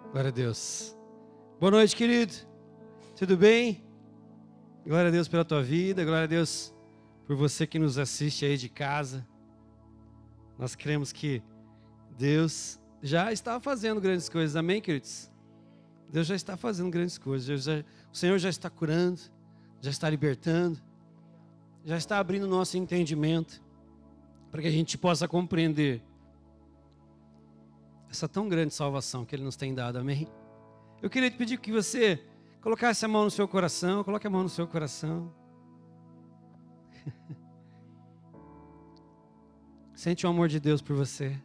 Glória a Deus. Boa noite, querido. Tudo bem? Glória a Deus pela tua vida. Glória a Deus por você que nos assiste aí de casa. Nós cremos que Deus já está fazendo grandes coisas. Amém, queridos? Deus já está fazendo grandes coisas. O Senhor já está curando, já está libertando, já está abrindo o nosso entendimento para que a gente possa compreender essa tão grande salvação que Ele nos tem dado, amém? Eu queria te pedir que você colocasse a mão no seu coração, coloque a mão no seu coração. Sente o amor de Deus por você.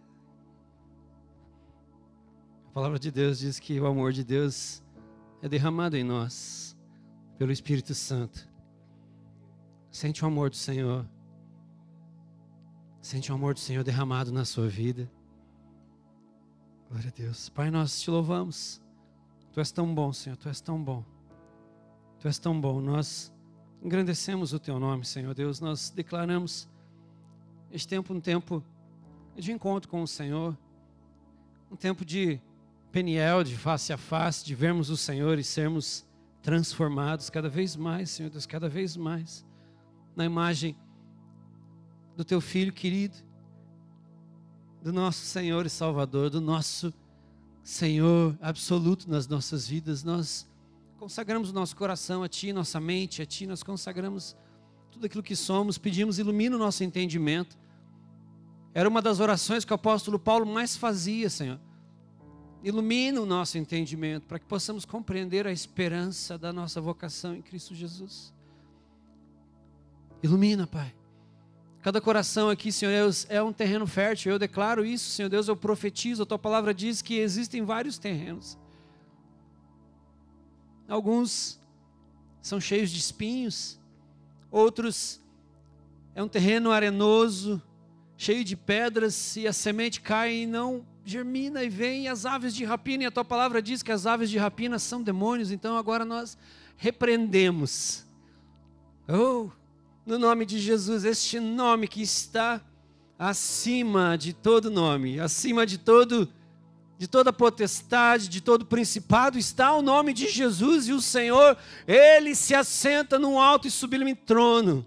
A palavra de Deus diz que o amor de Deus é derramado em nós, pelo Espírito Santo. Sente o amor do Senhor. Sente o amor do Senhor derramado na sua vida. Glória a Deus. Pai, nós te louvamos. Tu és tão bom, Senhor. Tu és tão bom. Tu és tão bom. Nós engrandecemos o Teu nome, Senhor Deus. Nós declaramos este tempo um tempo de encontro com o Senhor. Um tempo de Peniel, de face a face, de vermos o Senhor e sermos transformados cada vez mais, Senhor Deus, cada vez mais, na imagem do Teu Filho querido, do nosso Senhor e Salvador, do nosso Senhor absoluto nas nossas vidas. Nós consagramos o nosso coração a Ti, nossa mente a Ti, nós consagramos tudo aquilo que somos, pedimos, ilumina o nosso entendimento. Era uma das orações que o apóstolo Paulo mais fazia, Senhor. Ilumina o nosso entendimento, para que possamos compreender a esperança da nossa vocação em Cristo Jesus. Ilumina, Pai. Cada coração aqui, Senhor Deus, é um terreno fértil. Eu declaro isso, Senhor Deus, eu profetizo. A Tua palavra diz que existem vários terrenos. Alguns são cheios de espinhos. Outros é um terreno arenoso, cheio de pedras, e a semente cai e não germina, e vem as aves de rapina. E a Tua palavra diz que as aves de rapina são demônios. Então agora nós repreendemos. No nome de Jesus, este nome que está acima de todo nome, acima de toda potestade, de todo principado, está o nome de Jesus. E o Senhor, Ele se assenta num alto e sublime trono,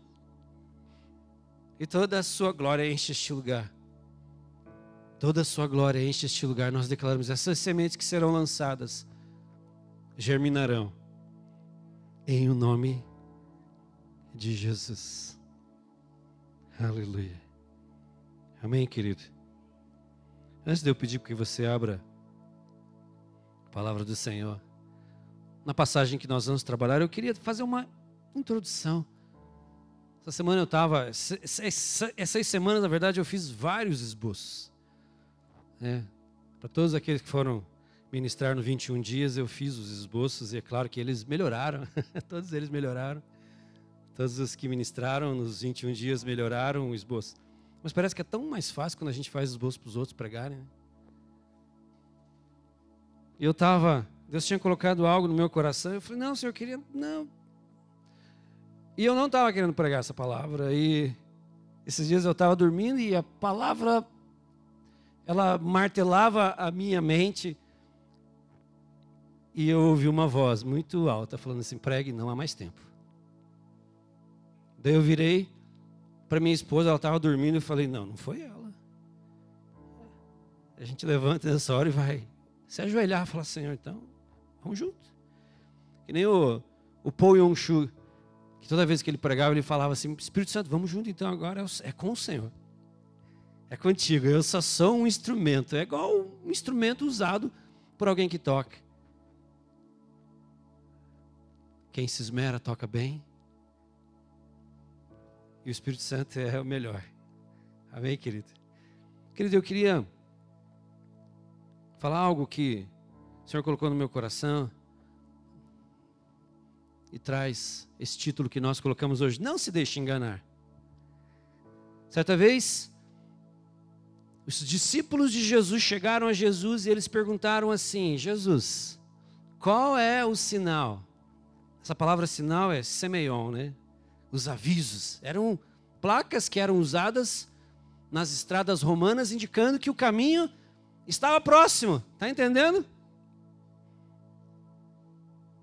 e toda a sua glória enche este lugar. Toda a sua glória enche este lugar. Nós declaramos: essas sementes que serão lançadas germinarão em o nome de Jesus. Aleluia. Amém, querido? Antes de eu pedir que você abra a palavra do Senhor, na passagem que nós vamos trabalhar, eu queria fazer uma introdução. Essa semana eu estava... Essas semanas, na verdade, eu fiz vários esboços. Para todos aqueles que foram ministrar no 21 dias, eu fiz os esboços, e é claro que eles melhoraram. Todos eles melhoraram. Todos os que ministraram nos 21 dias melhoraram o esboço. Mas parece que é tão mais fácil quando a gente faz esboço para os outros pregarem, né? E Deus tinha colocado algo no meu coração. Eu falei: não, Senhor, eu queria... Não. E eu não estava querendo pregar essa palavra. E esses dias eu estava dormindo e a palavra, ela martelava a minha mente. E eu ouvi uma voz muito alta falando assim: pregue, não há mais tempo. Daí eu virei para minha esposa, ela estava dormindo, e falei: não foi ela. A gente levanta nessa hora e vai se ajoelhar e falar: Senhor, então, vamos junto. Que nem o Paul Yong-Shu, que toda vez que ele pregava, ele falava assim: Espírito Santo, vamos junto então, agora é com o Senhor. É contigo, eu só sou um instrumento. É igual um instrumento usado por alguém que toca. Quem se esmera toca bem. E o Espírito Santo é o melhor. Amém, querido? Querido, eu queria falar algo que o Senhor colocou no meu coração e traz esse título que nós colocamos hoje: não se deixe enganar. Certa vez, os discípulos de Jesus chegaram a Jesus e eles perguntaram assim: Jesus, qual é o sinal? Essa palavra sinal é semeion, né? Os avisos. Eram placas que eram usadas nas estradas romanas, indicando que o caminho estava próximo. Está entendendo?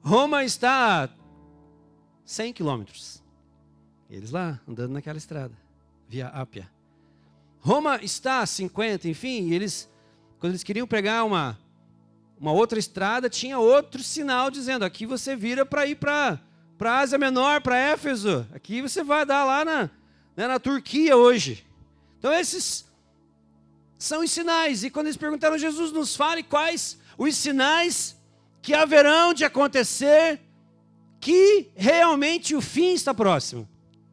Roma está a 100 quilômetros. Eles lá, andando naquela estrada, via Ápia. Roma está a 50, enfim, quando eles queriam pegar uma outra estrada, tinha outro sinal dizendo, aqui você vira para ir para a Ásia Menor, para Éfeso. Aqui você vai dar lá na Turquia hoje. Então esses são os sinais. E quando eles perguntaram, Jesus, nos fale quais os sinais que haverão de acontecer, que realmente o fim está próximo.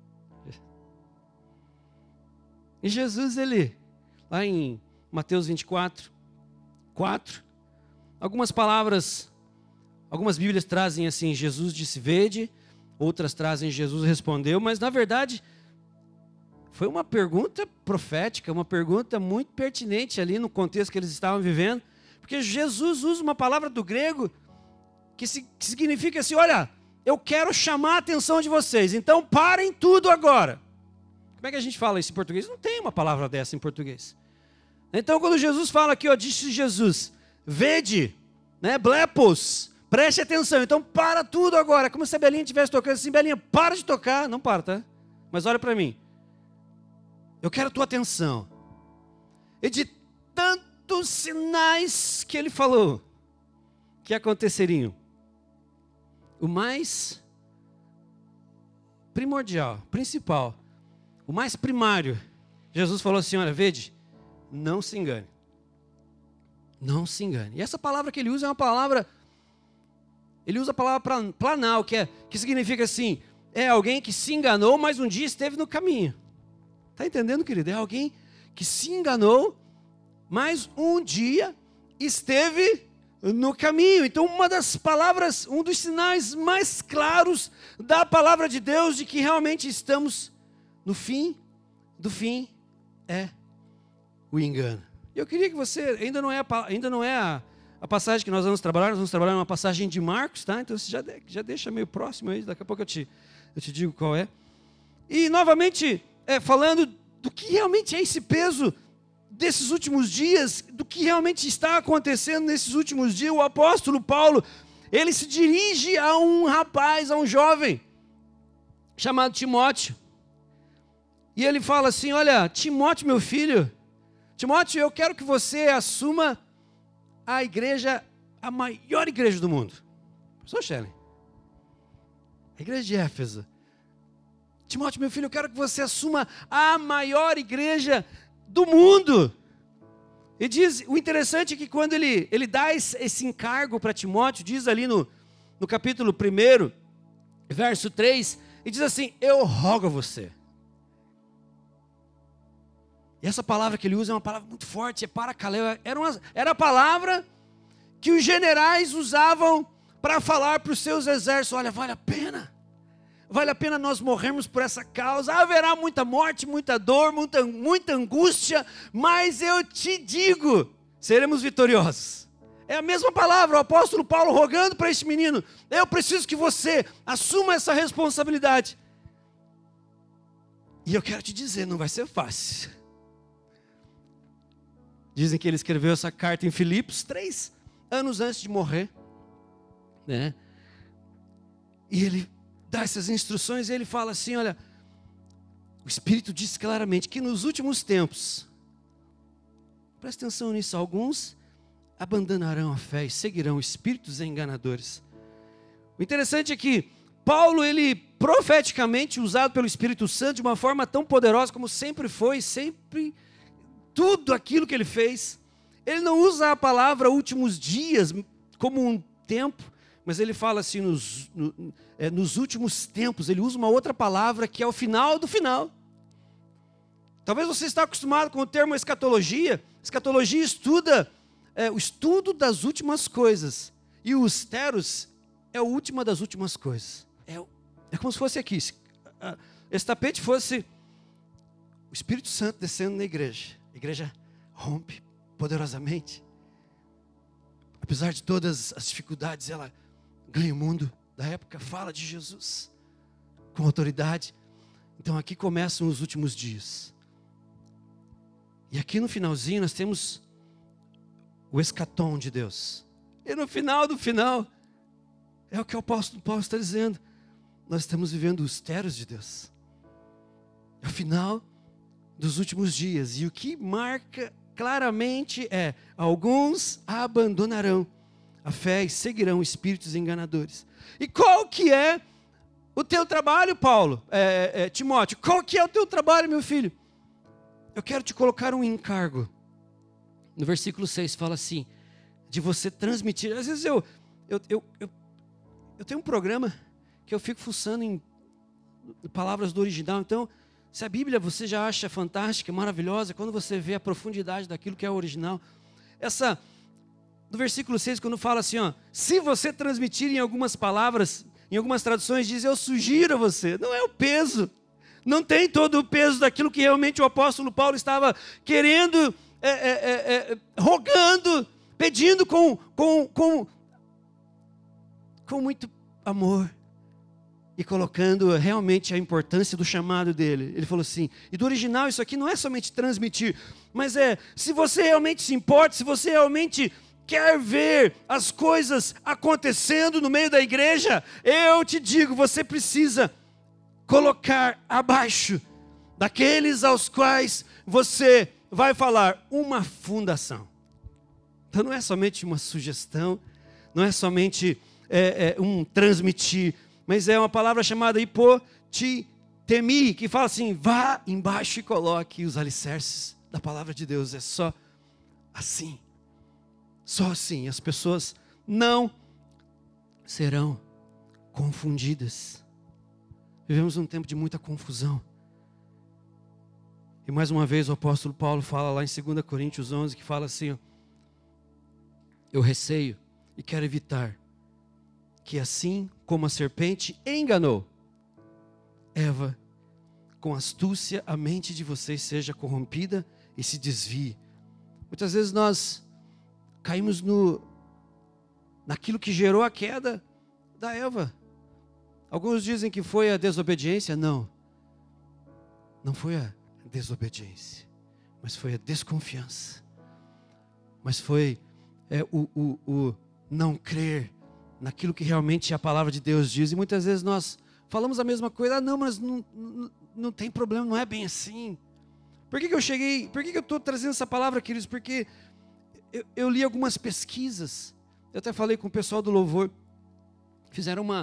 E Jesus, ele, lá em Mateus 24, 4, algumas palavras, algumas Bíblias trazem assim, Jesus disse, vede, outras trazem, Jesus respondeu, mas na verdade, foi uma pergunta profética, uma pergunta muito pertinente ali no contexto que eles estavam vivendo, porque Jesus usa uma palavra do grego que significa assim, olha, eu quero chamar a atenção de vocês, então parem tudo agora. Como é que a gente fala isso em português? Não tem uma palavra dessa em português. Então quando Jesus fala aqui, ó, disse Jesus, vede, né, blepos, preste atenção, então para tudo agora, como se a Belinha estivesse tocando assim, Belinha, para de tocar, não para, tá? Mas olha para mim, eu quero a tua atenção. E de tantos sinais que ele falou, que aconteceriam, o mais primordial, principal, o mais primário, Jesus falou assim, olha, vede, não se engane. Não se engane. E essa palavra que ele usa é uma palavra, ele usa a palavra planal, que significa assim, é alguém que se enganou, mas um dia esteve no caminho. Está entendendo, querido? É alguém que se enganou, mas um dia esteve no caminho. Então, uma das palavras, um dos sinais mais claros da palavra de Deus, de que realmente estamos no fim do fim, é o engano. Eu queria que você, ainda não é a passagem que nós vamos trabalhar uma passagem de Marcos, tá? Então você já deixa meio próximo aí, daqui a pouco eu te digo qual é. E novamente, falando do que realmente é esse peso desses últimos dias, do que realmente está acontecendo nesses últimos dias, o apóstolo Paulo, ele se dirige a um rapaz, a um jovem, chamado Timóteo. E ele fala assim, olha, Timóteo, meu filho, Timóteo, eu quero que você assuma a igreja, a maior igreja do mundo. Professor Shelley, a igreja de Éfeso. Timóteo, meu filho, eu quero que você assuma a maior igreja do mundo. E diz, o interessante é que quando ele dá esse encargo para Timóteo, diz ali no capítulo 1, verso 3, e diz assim, eu rogo a você. E essa palavra que ele usa é uma palavra muito forte, é parakaleo, era a palavra que os generais usavam para falar para os seus exércitos, olha, vale a pena nós morrermos por essa causa, haverá muita morte, muita dor, muita angústia, mas eu te digo, seremos vitoriosos. É a mesma palavra, o apóstolo Paulo rogando para este menino, eu preciso que você assuma essa responsabilidade. E eu quero te dizer, não vai ser fácil. Dizem que ele escreveu essa carta em Filipos 3 anos antes de morrer, né? E ele dá essas instruções e ele fala assim, olha, o Espírito diz claramente que nos últimos tempos, presta atenção nisso, alguns abandonarão a fé e seguirão espíritos enganadores. O interessante é que Paulo, ele profeticamente usado pelo Espírito Santo de uma forma tão poderosa como sempre foi, sempre tudo aquilo que ele fez, ele não usa a palavra últimos dias como um tempo, mas ele fala assim, nos últimos tempos, ele usa uma outra palavra que é o final do final. Talvez você está acostumado com o termo escatologia. Escatologia estuda o estudo das últimas coisas, e o steros é a última das últimas coisas. É como se fosse aqui, esse tapete fosse o Espírito Santo descendo na igreja. A igreja rompe poderosamente. Apesar de todas as dificuldades, ela ganha o mundo da época, fala de Jesus com autoridade. Então aqui começam os últimos dias. E aqui no finalzinho nós temos o escatom de Deus. E no final do final, É o que o apóstolo Paulo está dizendo. Nós estamos vivendo os mistérios de Deus. É o final dos últimos dias. E o que marca claramente é: alguns abandonarão a fé e seguirão espíritos enganadores. E qual que é o teu trabalho, Paulo? Timóteo, qual que é o teu trabalho, meu filho? Eu quero te colocar um encargo. No versículo 6 fala assim, de você transmitir. Às vezes eu tenho um programa que eu fico fuçando em palavras do original. Então, se a Bíblia você já acha fantástica, maravilhosa, quando você vê a profundidade daquilo que é o original. No versículo 6, quando fala assim, ó, se você transmitir em algumas palavras, em algumas traduções diz, eu sugiro a você. Não é o peso. Não tem todo o peso daquilo que realmente o apóstolo Paulo estava querendo, rogando, pedindo com muito amor e colocando realmente a importância do chamado dele. Ele falou assim, e do original isso aqui não é somente transmitir, mas se você realmente se importa, se você realmente quer ver as coisas acontecendo no meio da igreja, eu te digo, você precisa colocar abaixo daqueles aos quais você vai falar uma fundação. Então não é somente uma sugestão, não é somente um transmitir, mas é uma palavra chamada hipotitemi, que fala assim, vá embaixo e coloque os alicerces da palavra de Deus. É só assim as pessoas não serão confundidas. Vivemos um tempo de muita confusão. E mais uma vez o apóstolo Paulo fala lá em 2 Coríntios 11, que fala assim, ó, eu receio e quero evitar que assim como a serpente enganou Eva, com astúcia a mente de vocês seja corrompida e se desvie. Muitas vezes nós caímos naquilo que gerou a queda da Eva. Alguns dizem que foi a desobediência. Não foi a desobediência, mas foi a desconfiança. Mas foi o não crer naquilo que realmente a palavra de Deus diz. E muitas vezes nós falamos a mesma coisa. Não, mas não tem problema, não é bem assim. Por que eu estou trazendo essa palavra, queridos? Porque eu li algumas pesquisas. Eu até falei com o pessoal do Louvor. Fizeram uma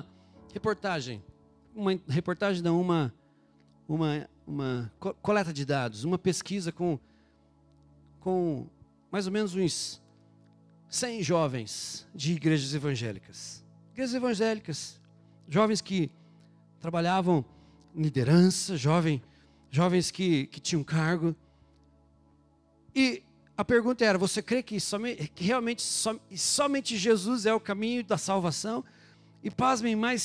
coleta de dados, uma pesquisa com mais ou menos uns 100 jovens de igrejas evangélicas. Igrejas evangélicas, jovens que trabalhavam em liderança, jovens que tinham cargo. E a pergunta era, você crê que realmente somente Jesus é o caminho da salvação? E pasmem, mais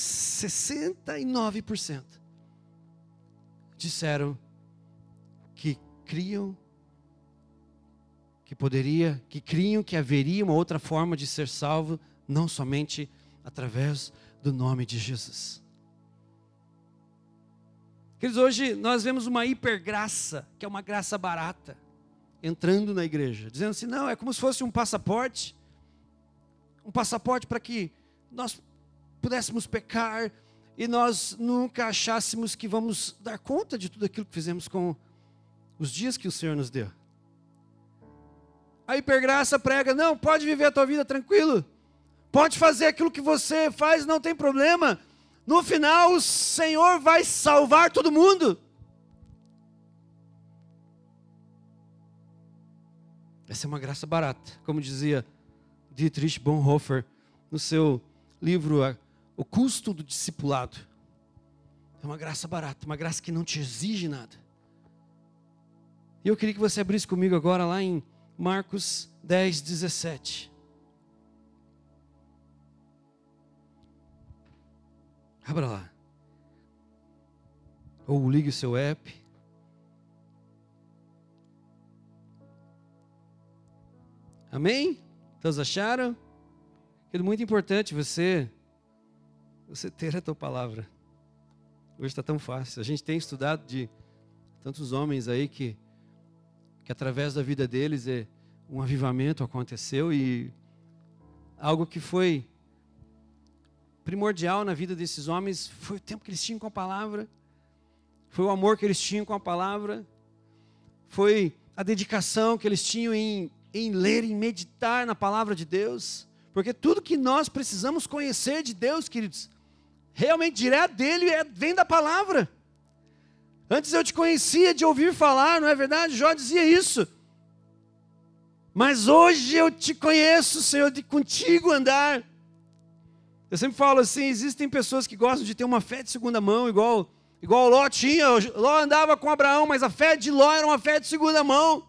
69% disseram que criam que haveria uma outra forma de ser salvo, não somente através do nome de Jesus. Queridos, hoje nós vemos uma hipergraça, que é uma graça barata, entrando na igreja, dizendo assim, não, é como se fosse um passaporte para que nós pudéssemos pecar e nós nunca achássemos que vamos dar conta de tudo aquilo que fizemos com os dias que o Senhor nos deu. A hipergraça prega, não, pode viver a tua vida tranquilo, pode fazer aquilo que você faz, não tem problema, no final o Senhor vai salvar todo mundo. Essa é uma graça barata, como dizia Dietrich Bonhoeffer no seu livro O Custo do Discipulado. É uma graça barata, uma graça que não te exige nada. E eu queria que você abrisse comigo agora lá em Marcos 10, 17. Abra lá. Ou ligue o seu app. Amém? Todos acharam? É muito importante você ter a tua palavra. Hoje está tão fácil. A gente tem estudado de tantos homens aí que através da vida deles um avivamento aconteceu e algo que foi primordial na vida desses homens foi o tempo que eles tinham com a palavra, foi o amor que eles tinham com a palavra, foi a dedicação que eles tinham em ler, em meditar na palavra de Deus, porque tudo que nós precisamos conhecer de Deus, queridos, realmente direto dele vem da palavra. Antes eu te conhecia de ouvir falar, não é verdade? Jó dizia isso. Mas hoje eu te conheço, Senhor, de contigo andar. Eu sempre falo assim, existem pessoas que gostam de ter uma fé de segunda mão, igual Ló tinha. Ló andava com Abraão, mas a fé de Ló era uma fé de segunda mão.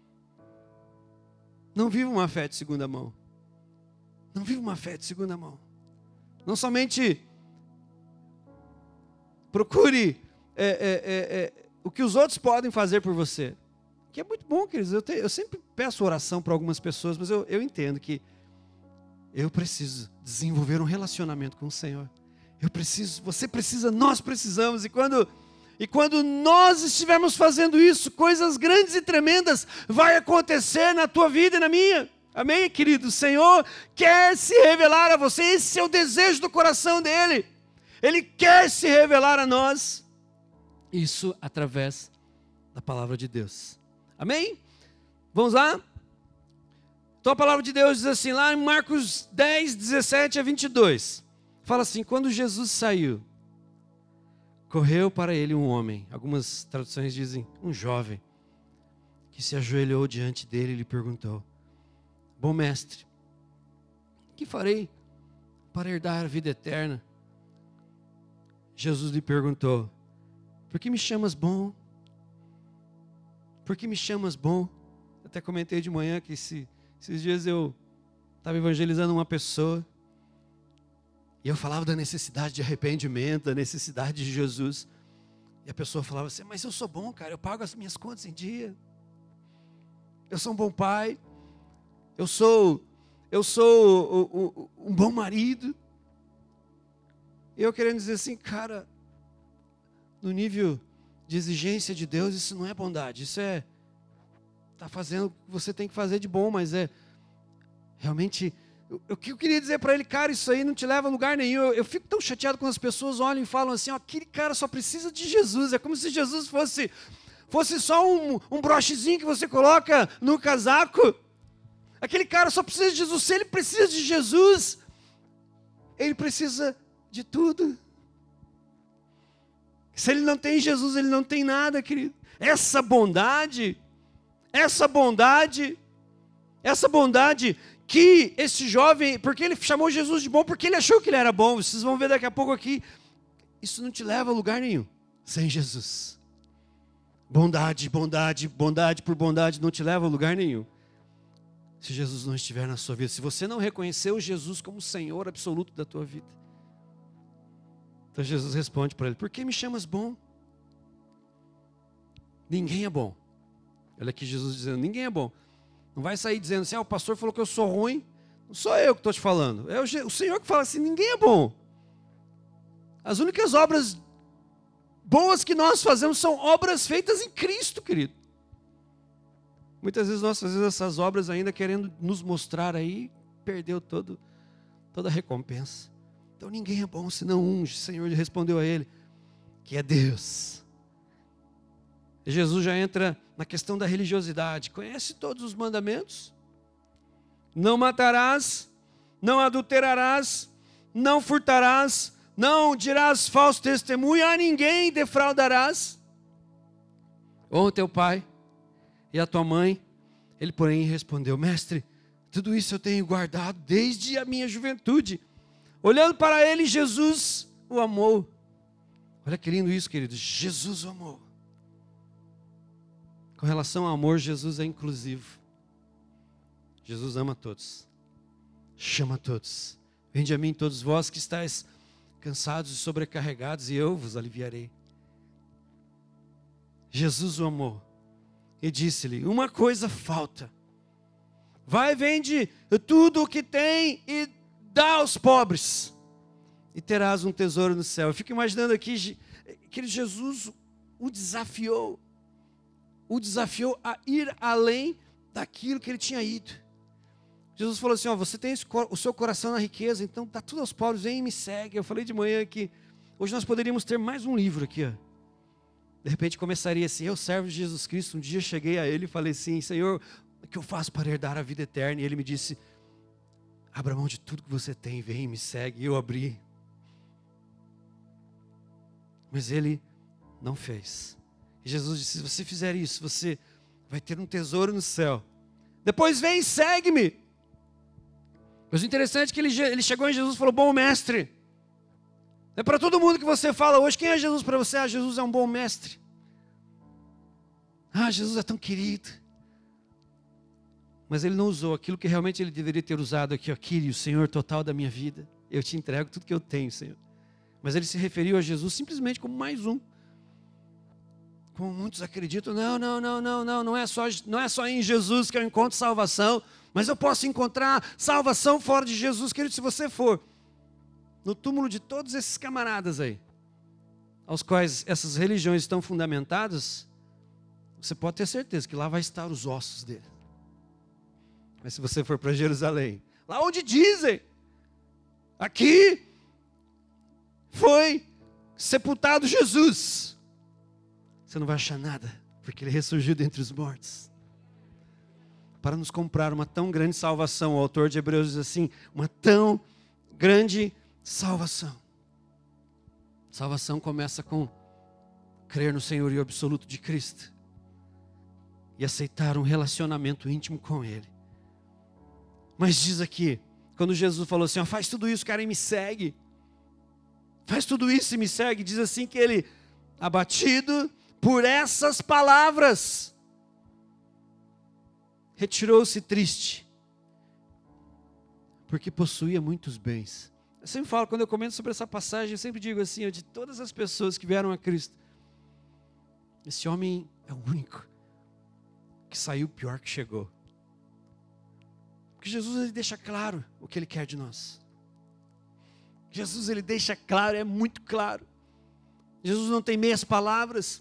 Não viva uma fé de segunda mão. Não viva uma fé de segunda mão. Não somente procure o que os outros podem fazer por você. Que é muito bom, queridos. Eu sempre peço oração para algumas pessoas, mas eu entendo que eu preciso desenvolver um relacionamento com o Senhor. Você precisa, nós precisamos. E quando nós estivermos fazendo isso, coisas grandes e tremendas vai acontecer na tua vida e na minha. Amém, querido? O Senhor quer se revelar a você. Esse é o desejo do coração dele. Ele quer se revelar a nós. Isso através da palavra de Deus. Amém? Vamos lá? Então a palavra de Deus diz assim, lá em Marcos 10, 17 a 22. Fala assim, quando Jesus saiu, correu para ele um homem. Algumas traduções dizem, um jovem, que se ajoelhou diante dele e lhe perguntou, bom mestre, o que farei para herdar a vida eterna? Jesus lhe perguntou, por que me chamas bom? Por que me chamas bom? Até comentei de manhã que esses dias eu estava evangelizando uma pessoa e eu falava da necessidade de arrependimento, da necessidade de Jesus. E a pessoa falava assim, mas eu sou bom, cara, eu pago as minhas contas em dia. Eu sou um bom pai. Eu sou um bom marido. E eu querendo dizer assim, cara, no nível de exigência de Deus, isso não é bondade. Isso está fazendo o que você tem que fazer de bom, mas realmente, o que eu queria dizer para ele, cara, isso aí não te leva a lugar nenhum. Eu fico tão chateado quando as pessoas olham e falam assim, ó, aquele cara só precisa de Jesus. É como se Jesus fosse só um brochezinho que você coloca no casaco. Aquele cara só precisa de Jesus. Se ele precisa de Jesus, ele precisa de tudo. Se ele não tem Jesus, ele não tem nada, querido. Essa bondade que esse jovem, porque ele chamou Jesus de bom, porque ele achou que ele era bom. Vocês vão ver daqui a pouco aqui. Isso não te leva a lugar nenhum sem Jesus. Bondade por bondade não te leva a lugar nenhum. Se Jesus não estiver na sua vida, se você não reconheceu Jesus como Senhor absoluto da tua vida. Então Jesus responde para ele, por que me chamas bom? Ninguém é bom. Olha aqui Jesus dizendo, ninguém é bom. Não vai sair dizendo assim, o pastor falou que eu sou ruim. Não sou eu que estou te falando. É o Senhor que fala assim, ninguém é bom. As únicas obras boas que nós fazemos são obras feitas em Cristo, querido. Muitas vezes nós fazemos essas obras ainda querendo nos mostrar aí, perdeu toda a recompensa. Então ninguém é bom senão um. O Senhor respondeu a ele, que é Deus. E Jesus já entra na questão da religiosidade. Conhece todos os mandamentos? Não matarás, não adulterarás, não furtarás, não dirás falso testemunho, a ninguém defraudarás. Honra teu pai e a tua mãe. Ele, porém, respondeu, mestre, tudo isso eu tenho guardado desde a minha juventude. Olhando para ele, Jesus o amou. Olha que lindo isso, queridos. Jesus o amou. Com relação ao amor, Jesus é inclusivo. Jesus ama todos. Chama todos. Vinde a mim todos vós que estáis cansados e sobrecarregados, e eu vos aliviarei. Jesus o amou. E disse-lhe, uma coisa falta. Vai, vende tudo o que tem e dá aos pobres, e terás um tesouro no céu. Eu fico imaginando aqui, que Jesus o desafiou a ir além daquilo que ele tinha ido. Jesus falou assim, ó, você tem o seu coração na riqueza, então dá tudo aos pobres, vem e me segue. Eu falei de manhã que hoje nós poderíamos ter mais um livro aqui, ó. De repente começaria assim, eu servo de Jesus Cristo. Um dia cheguei a Ele e falei assim, Senhor, o que eu faço para herdar a vida eterna? E Ele me disse, abra mão de tudo que você tem, vem e me segue. E eu abri. Mas Ele não fez. E Jesus disse, se você fizer isso, você vai ter um tesouro no céu. Depois vem e segue-me. Mas o interessante é que ele chegou em Jesus e falou, bom mestre. É para todo mundo que você fala hoje, quem é Jesus para você? Ah, Jesus é um bom mestre. Ah, Jesus é tão querido. Mas ele não usou aquilo que realmente ele deveria ter usado aqui, ó, Kyrie, o Senhor total da minha vida. Eu te entrego tudo que eu tenho, Senhor. Mas ele se referiu a Jesus simplesmente como mais um. Como muitos acreditam, não é só em Jesus que eu encontro salvação, mas eu posso encontrar salvação fora de Jesus. Querido, se você for no túmulo de todos esses camaradas aí, aos quais essas religiões estão fundamentadas, você pode ter certeza que lá vai estar os ossos dele. Mas se você for para Jerusalém, lá onde dizem, aqui foi sepultado Jesus, você não vai achar nada, porque ele ressurgiu dentre os mortos. Para nos comprar uma tão grande salvação, o autor de Hebreus diz assim, uma tão grande salvação. Salvação começa com crer no senhorio absoluto de Cristo e aceitar um relacionamento íntimo com Ele. Mas diz aqui, quando Jesus falou assim, ó, faz tudo isso, cara, e me segue. Faz tudo isso e me segue. Diz assim que ele, abatido por essas palavras, retirou-se triste, porque possuía muitos bens. Eu sempre falo, quando eu comento sobre essa passagem, eu sempre digo assim, de todas as pessoas que vieram a Cristo, esse homem é o único que saiu pior que chegou. Porque Jesus, ele deixa claro o que ele quer de nós. Jesus, ele deixa claro, é muito claro. Jesus não tem meias palavras.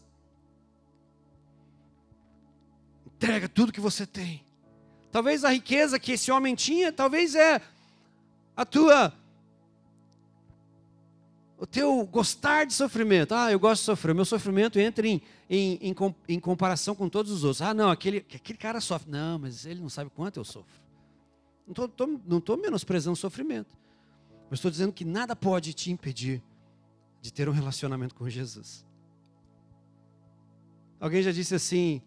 Entrega tudo que você tem. Talvez a riqueza que esse homem tinha, talvez é o teu gostar de sofrimento. Ah, eu gosto de sofrer. O meu sofrimento entra em comparação com todos os outros. Ah, não, aquele cara sofre. Não, mas ele não sabe quanto eu sofro. Não estou menosprezando o sofrimento. Mas estou dizendo que nada pode te impedir de ter um relacionamento com Jesus. Alguém já disse assim,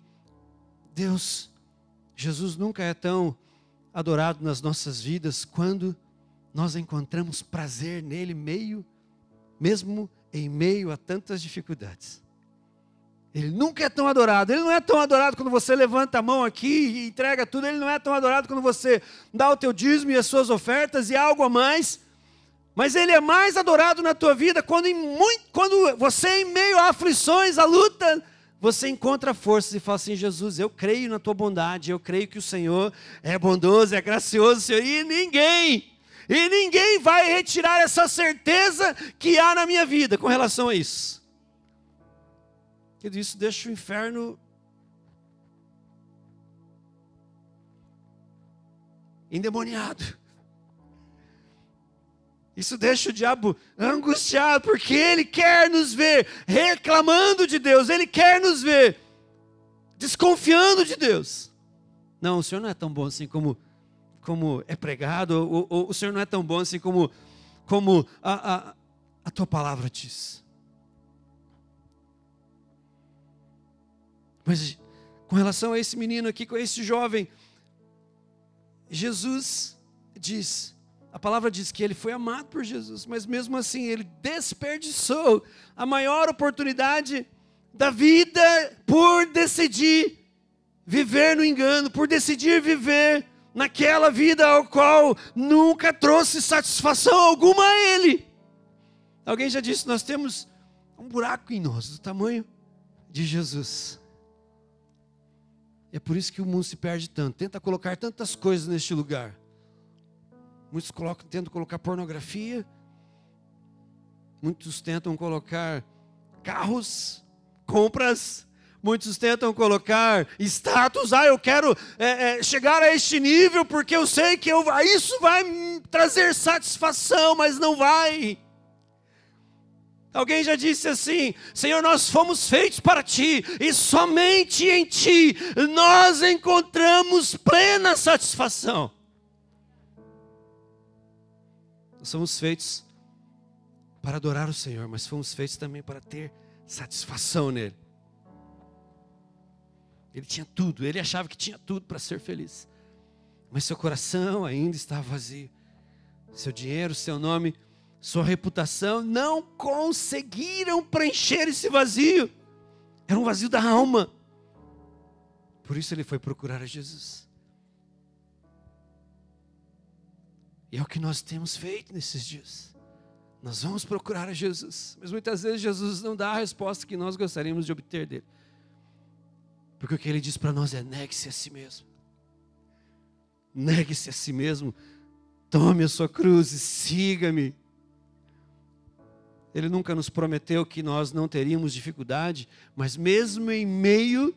Jesus nunca é tão adorado nas nossas vidas quando nós encontramos prazer nele mesmo em meio a tantas dificuldades. Ele nunca é tão adorado. Ele não é tão adorado quando você levanta a mão aqui e entrega tudo. Ele não é tão adorado quando você dá o teu dízimo e as suas ofertas e algo a mais. Mas ele é mais adorado na tua vida quando você, em meio a aflições, a luta, você encontra forças e fala assim, Jesus, eu creio na tua bondade, eu creio que o Senhor é bondoso, é gracioso, Senhor, e ninguém vai retirar essa certeza que há na minha vida com relação a isso. Isso deixa o inferno endemoniado. Isso deixa o diabo angustiado, porque ele quer nos ver reclamando de Deus, ele quer nos ver desconfiando de Deus. Não, o Senhor não é tão bom assim como é pregado, ou o Senhor não é tão bom assim como a tua palavra diz. Mas com relação a esse menino aqui, com esse jovem, Jesus diz, a palavra diz que ele foi amado por Jesus, mas mesmo assim ele desperdiçou a maior oportunidade da vida por decidir viver no engano, por decidir viver naquela vida ao qual nunca trouxe satisfação alguma a ele. Alguém já disse, nós temos um buraco em nós do tamanho de Jesus. É por isso que o mundo se perde tanto, tenta colocar tantas coisas neste lugar. Muitos tentam colocar pornografia, muitos tentam colocar carros, compras, Muitos tentam colocar status, eu quero chegar a este nível porque eu sei que isso vai me trazer satisfação, mas não vai. Alguém já disse assim: Senhor, nós fomos feitos para Ti, e somente em Ti nós encontramos plena satisfação. Nós somos feitos para adorar o Senhor, mas fomos feitos também para ter satisfação nele. Ele tinha tudo, ele achava que tinha tudo para ser feliz, mas seu coração ainda estava vazio. Seu dinheiro, seu nome, sua reputação não conseguiram preencher esse vazio. Era um vazio da alma. Por isso ele foi procurar a Jesus. E é o que nós temos feito nesses dias. Nós vamos procurar a Jesus, mas muitas vezes Jesus não dá a resposta que nós gostaríamos de obter dele. Porque o que ele diz para nós é: negue-se a si mesmo. Negue-se a si mesmo. Tome a sua cruz e siga-me. Ele nunca nos prometeu que nós não teríamos dificuldade, mas mesmo em meio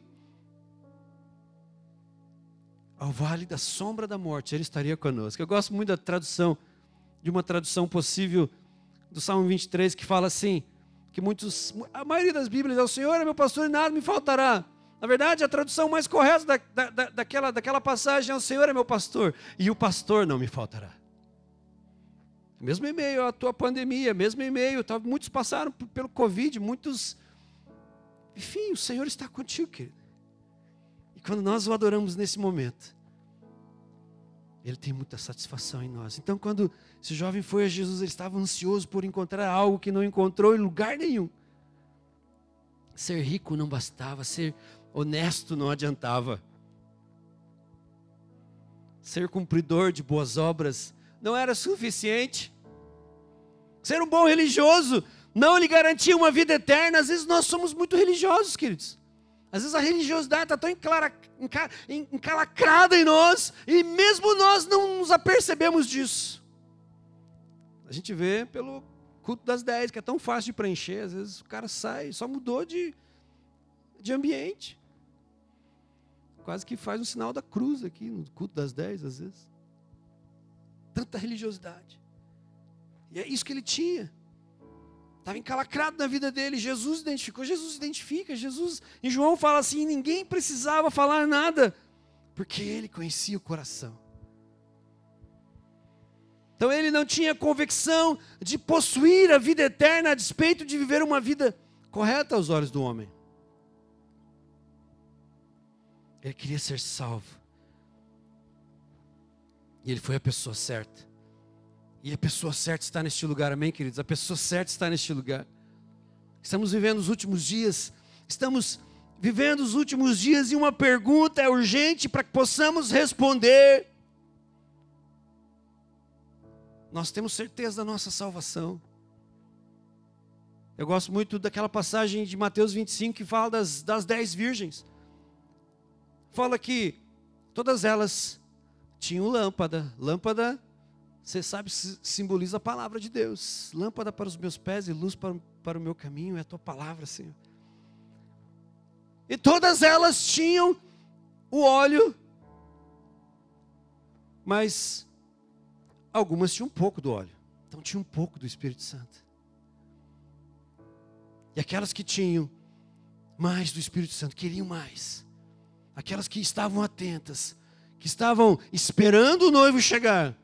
ao vale da sombra da morte, Ele estaria conosco. Eu gosto muito da tradução, de uma tradução possível do Salmo 23, que fala assim, que a maioria das Bíblias é: o Senhor é meu pastor e nada me faltará. Na verdade, a tradução mais correta daquela passagem é: o Senhor é meu pastor e o pastor não me faltará. Mesmo em meio à tua pandemia, mesmo em meio, muitos passaram pelo Covid, enfim, o Senhor está contigo, querido. E quando nós o adoramos nesse momento, Ele tem muita satisfação em nós. Então, quando esse jovem foi a Jesus, ele estava ansioso por encontrar algo que não encontrou em lugar nenhum. Ser rico não bastava, ser honesto não adiantava. Ser cumpridor de boas obras não era suficiente. Ser um bom religioso não lhe garantia uma vida eterna. Às vezes nós somos muito religiosos, queridos. Às vezes a religiosidade está tão encalacrada em nós, e mesmo nós não nos apercebemos disso. A gente vê pelo culto das 10, que é tão fácil de preencher. Às vezes o cara sai, só mudou de ambiente. Quase que faz um sinal da cruz aqui no culto das 10, às vezes. Tanta religiosidade. E é isso que ele tinha. Estava encalacrado na vida dele. Jesus identificou, Jesus identifica. Jesus, em João, fala assim: ninguém precisava falar nada, porque ele conhecia o coração. Então ele não tinha convicção de possuir a vida eterna, a despeito de viver uma vida correta aos olhos do homem. Ele queria ser salvo. E ele foi a pessoa certa. E a pessoa certa está neste lugar, amém, queridos? A pessoa certa está neste lugar. Estamos vivendo os últimos dias. E uma pergunta é urgente para que possamos responder. Nós temos certeza da nossa salvação. Eu gosto muito daquela passagem de Mateus 25 que fala das 10 virgens. Fala que todas elas tinham lâmpada. Lâmpada, você sabe, simboliza a palavra de Deus. Lâmpada para os meus pés e luz para o meu caminho é a tua palavra, Senhor. E todas elas tinham o óleo, mas algumas tinham um pouco do óleo. Então tinha um pouco do Espírito Santo. E aquelas que tinham mais do Espírito Santo, queriam mais. Aquelas que estavam atentas, que estavam esperando o noivo chegar.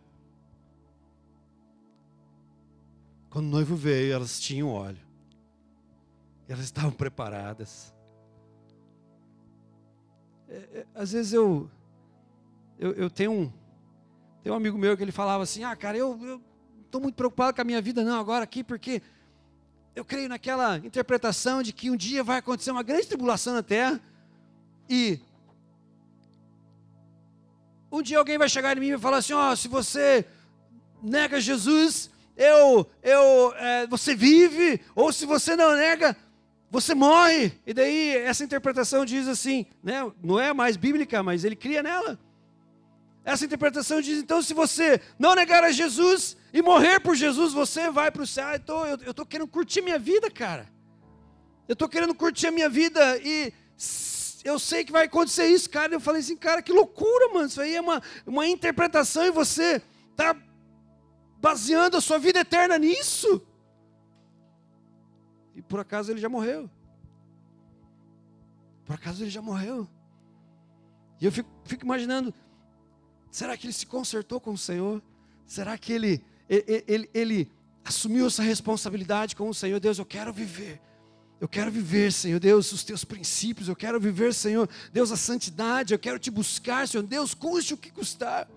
Quando o noivo veio, elas tinham óleo. Elas estavam preparadas. Às vezes eu tenho um amigo meu que ele falava assim: cara, eu estou muito preocupado com a minha vida não agora aqui, porque eu creio naquela interpretação de que um dia vai acontecer uma grande tribulação na terra, e um dia alguém vai chegar em mim e vai falar assim: se você nega Jesus, você vive, ou se você não nega, você morre. E daí essa interpretação diz assim, né? Não é mais bíblica, mas ele cria nela. Essa interpretação diz: então, se você não negar a Jesus e morrer por Jesus, você vai para o céu. Eu estou querendo curtir minha vida, cara. Eu estou querendo curtir a minha vida, e eu sei que vai acontecer isso, cara. Eu falei assim, cara, que loucura, mano. Isso aí é uma interpretação e você está baseando a sua vida eterna nisso. E por acaso ele já morreu. Por acaso ele já morreu. E eu fico imaginando, será que ele se consertou com o Senhor? Será que ele assumiu essa responsabilidade com o Senhor? Deus, eu quero viver, Senhor Deus, os teus princípios. Eu quero viver, Senhor Deus, a santidade. Eu quero te buscar, Senhor Deus, custe o que custar.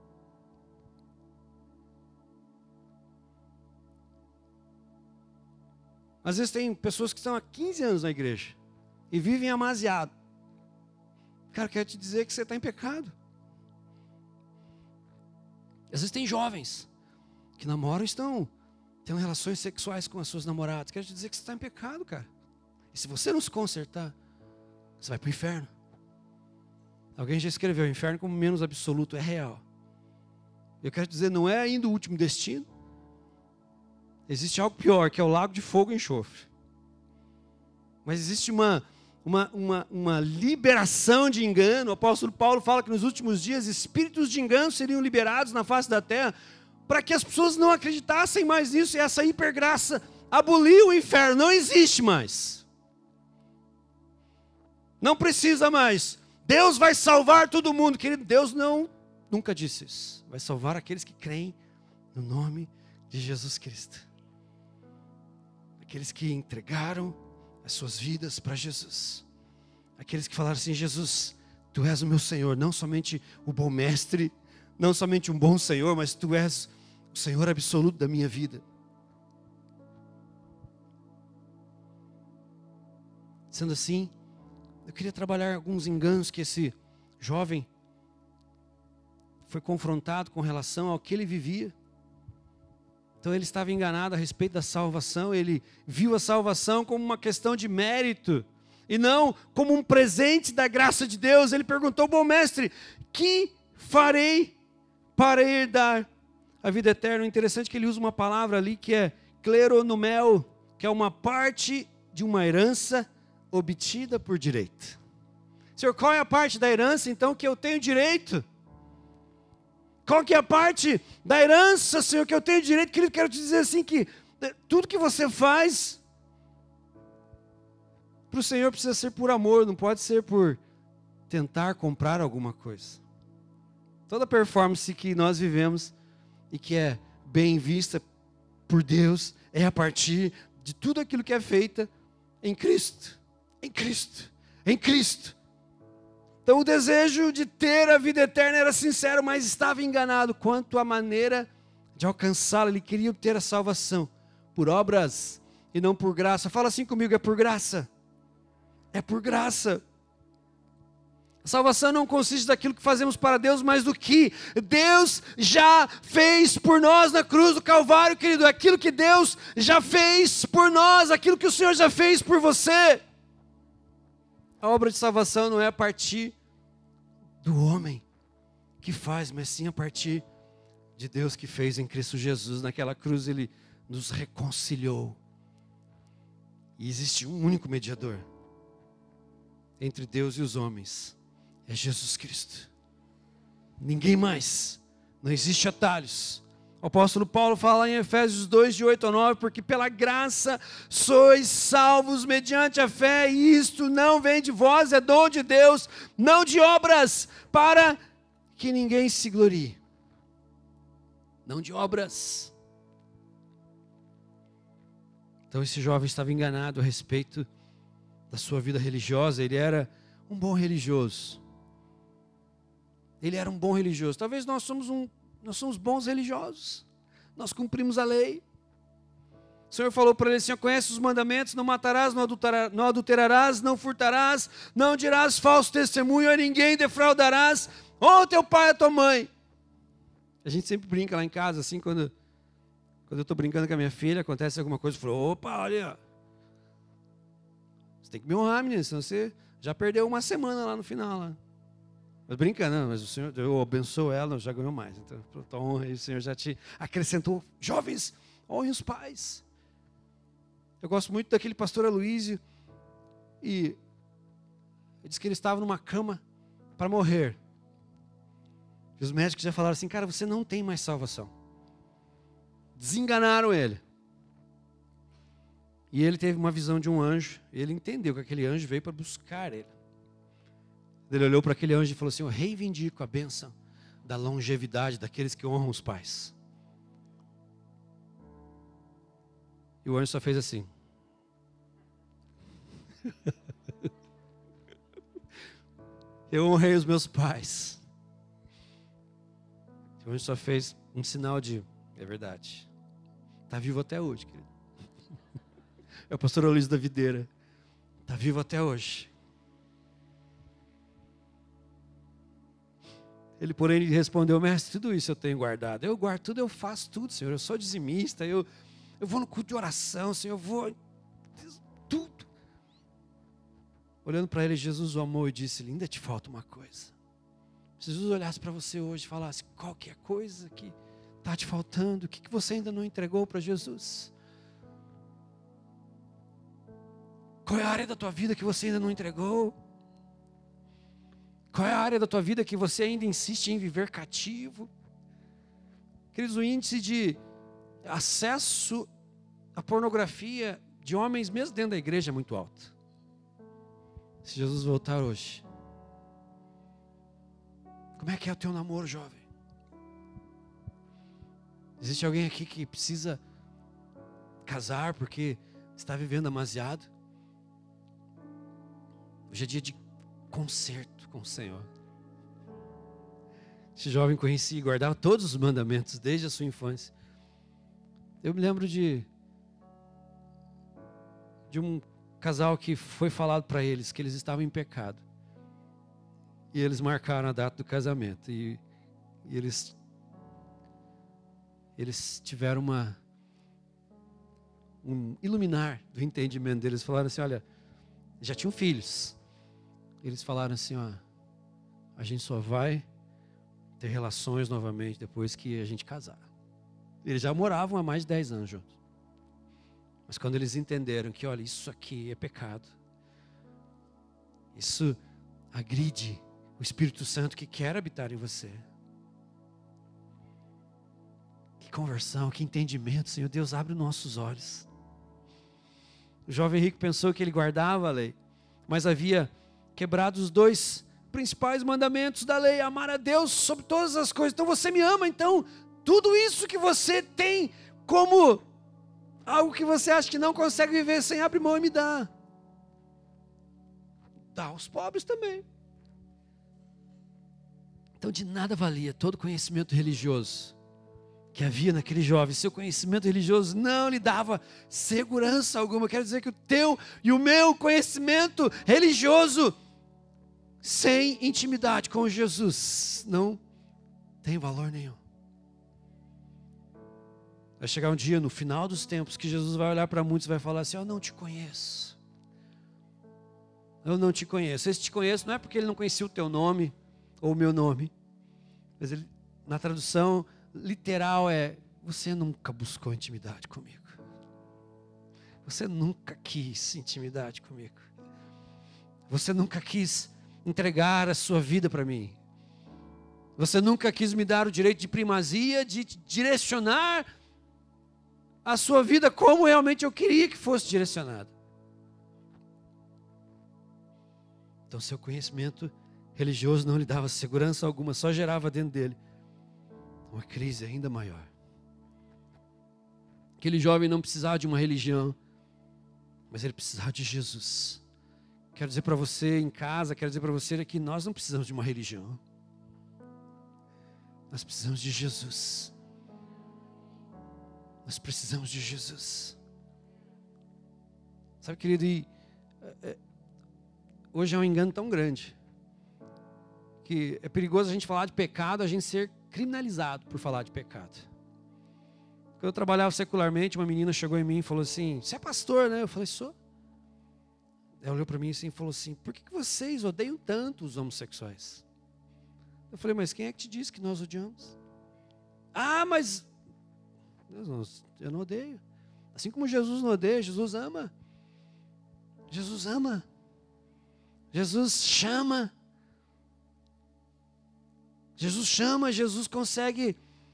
Às vezes tem pessoas que estão há 15 anos na igreja e vivem amaziado. Cara, eu quero te dizer que você está em pecado. Às vezes tem jovens que namoram e têm relações sexuais com as suas namoradas. Quero te dizer que você está em pecado, cara. E se você não se consertar, você vai para o inferno. Alguém já escreveu, o inferno como menos absoluto é real. Eu quero te dizer, não é ainda o último destino. Existe algo pior, que é o lago de fogo e enxofre. Mas existe uma liberação de engano. O apóstolo Paulo fala que nos últimos dias espíritos de engano seriam liberados na face da terra, para que as pessoas não acreditassem mais nisso, e essa hipergraça aboliu o inferno, não existe mais. Não precisa mais. Deus vai salvar todo mundo, querido. Deus nunca disse isso. Vai salvar aqueles que creem no nome de Jesus Cristo. Aqueles que entregaram as suas vidas para Jesus. Aqueles que falaram assim, Jesus, Tu és o meu Senhor, não somente o bom mestre, não somente um bom Senhor, mas Tu és o Senhor absoluto da minha vida. Sendo assim, eu queria trabalhar alguns enganos que esse jovem foi confrontado com relação ao que ele vivia. Então ele estava enganado a respeito da salvação. Ele viu a salvação como uma questão de mérito e não como um presente da graça de Deus. Ele perguntou, bom mestre, que farei para herdar a vida eterna? Interessante que ele usa uma palavra ali que é kleronomel, que é uma parte de uma herança obtida por direito. Senhor, qual é a parte da herança então que eu tenho direito? Qual que é a parte da herança, Senhor, que eu tenho direito? Querido, quero te dizer assim que tudo que você faz para o Senhor precisa ser por amor, não pode ser por tentar comprar alguma coisa. Toda performance que nós vivemos e que é bem vista por Deus é a partir de tudo aquilo que é feita em Cristo, em Cristo, em Cristo. Então o desejo de ter a vida eterna era sincero, mas estava enganado quanto à maneira de alcançá-la. Ele queria obter a salvação por obras e não por graça. Fala assim comigo, é por graça. É por graça. A salvação não consiste daquilo que fazemos para Deus, mas do que Deus já fez por nós na cruz do Calvário, querido. Aquilo que Deus já fez por nós, aquilo que o Senhor já fez por você. A obra de salvação não é a partir do homem que faz, mas sim a partir de Deus que fez em Cristo Jesus. Naquela cruz Ele nos reconciliou. E existe um único mediador entre Deus e os homens. É Jesus Cristo. Ninguém mais. Não existe atalhos. O apóstolo Paulo fala em Efésios 2, de 8 a 9, porque pela graça sois salvos mediante a fé, e isto não vem de vós, é dom de Deus, não de obras, para que ninguém se glorie. Não de obras. Então esse jovem estava enganado a respeito da sua vida religiosa. Ele era um bom religioso. Ele era um bom religioso. Talvez nós somos bons religiosos. Nós cumprimos a lei. O Senhor falou para ele, Senhor, conhece os mandamentos, não matarás, não adulterarás, não furtarás, não dirás falso testemunho a ninguém, defraudarás, honra teu pai e a tua mãe. A gente sempre brinca lá em casa, assim, quando eu estou brincando com a minha filha, acontece alguma coisa, eu falo, opa, olha, você tem que me honrar, menina, senão você já perdeu uma semana lá no final, lá. Mas brincando, não, mas o Senhor, eu abençoo ela, já ganhou mais. Então, pronto, honra aí, o Senhor já te acrescentou. Jovens, honrem os pais. Eu gosto muito daquele pastor Aloísio. E Ele disse que ele estava numa cama para morrer. E os médicos já falaram assim, cara, você não tem mais salvação. Desenganaram ele. E ele teve uma visão de um anjo. E ele entendeu que aquele anjo veio para buscar ele. Ele olhou para aquele anjo e falou assim, eu reivindico a bênção da longevidade daqueles que honram os pais. E o anjo só fez assim. Eu honrei os meus pais. O anjo só fez um sinal de, é verdade. Está vivo até hoje, querido. É o pastor Luiz da Videira. Está vivo até hoje. Ele, porém, respondeu, mestre, tudo isso eu tenho guardado. Eu guardo tudo, eu faço tudo, Senhor. Eu sou dizimista, eu vou no culto de oração, Senhor, eu vou... Tudo. Olhando para ele, Jesus o amou e disse, ainda te falta uma coisa. Se Jesus olhasse para você hoje e falasse, qual que é a coisa que está te faltando? O que você ainda não entregou para Jesus? Qual é a área da tua vida que você ainda não entregou? Qual é a área da tua vida que você ainda insiste em viver cativo? Queridos, o índice de acesso à pornografia de homens, mesmo dentro da igreja, é muito alto. Se Jesus voltar hoje, como é que é o teu namoro, jovem? Existe alguém aqui que precisa casar porque está vivendo demasiado? Hoje é dia de concerto com o Senhor. Esse jovem conhecia e guardava todos os mandamentos desde a sua infância. Eu me lembro de um casal que foi falado para eles que eles estavam em pecado. E eles marcaram a data do casamento. E eles tiveram um iluminar do entendimento deles. Falaram assim, olha, já tinham filhos. Eles falaram assim, ó, a gente só vai ter relações novamente depois que a gente casar. Eles já moravam há mais de 10 anos juntos. Mas quando eles entenderam que, olha, isso aqui é pecado. Isso agride o Espírito Santo que quer habitar em você. Que conversão, que entendimento, Senhor. Deus, abre os nossos olhos. O jovem rico pensou que ele guardava a lei, mas havia quebrado os 2 principais mandamentos da lei, amar a Deus sobre todas as coisas. Então você me ama, então tudo isso que você tem como algo que você acha que não consegue viver sem, abre mão e me dá. Dá aos pobres também. Então de nada valia todo conhecimento religioso que havia naquele jovem. Seu conhecimento religioso não lhe dava segurança alguma. Quero dizer que o teu e o meu conhecimento religioso sem intimidade com Jesus não tem valor nenhum. Vai chegar um dia no final dos tempos que Jesus vai olhar para muitos e vai falar assim, eu não te conheço. Eu não te conheço. Esse te conheço não é porque ele não conhecia o teu nome ou o meu nome. Mas ele, na tradução literal é, você nunca buscou intimidade comigo. Você nunca quis intimidade comigo. Você nunca quis entregar a sua vida para mim. Você nunca quis me dar o direito de primazia, de direcionar a sua vida como realmente eu queria que fosse direcionado. Então seu conhecimento religioso não lhe dava segurança alguma, só gerava dentro dele uma crise ainda maior. Aquele jovem não precisava de uma religião, mas ele precisava de Jesus. Quero dizer para você em casa, quero dizer para você que nós não precisamos de uma religião. Nós precisamos de Jesus. Nós precisamos de Jesus. Sabe, querido, hoje é um engano tão grande que é perigoso a gente falar de pecado, a gente ser criminalizado por falar de pecado. Quando eu trabalhava secularmente, uma menina chegou em mim e falou assim, você é pastor, né? Eu falei, sou. Ela olhou para mim assim e falou assim, por que vocês odeiam tanto os homossexuais? Eu falei, mas quem é que te disse que nós odiamos? Ah, mas eu não odeio. Assim como Jesus não odeia, Jesus ama. Jesus ama. Jesus chama. Jesus consegue.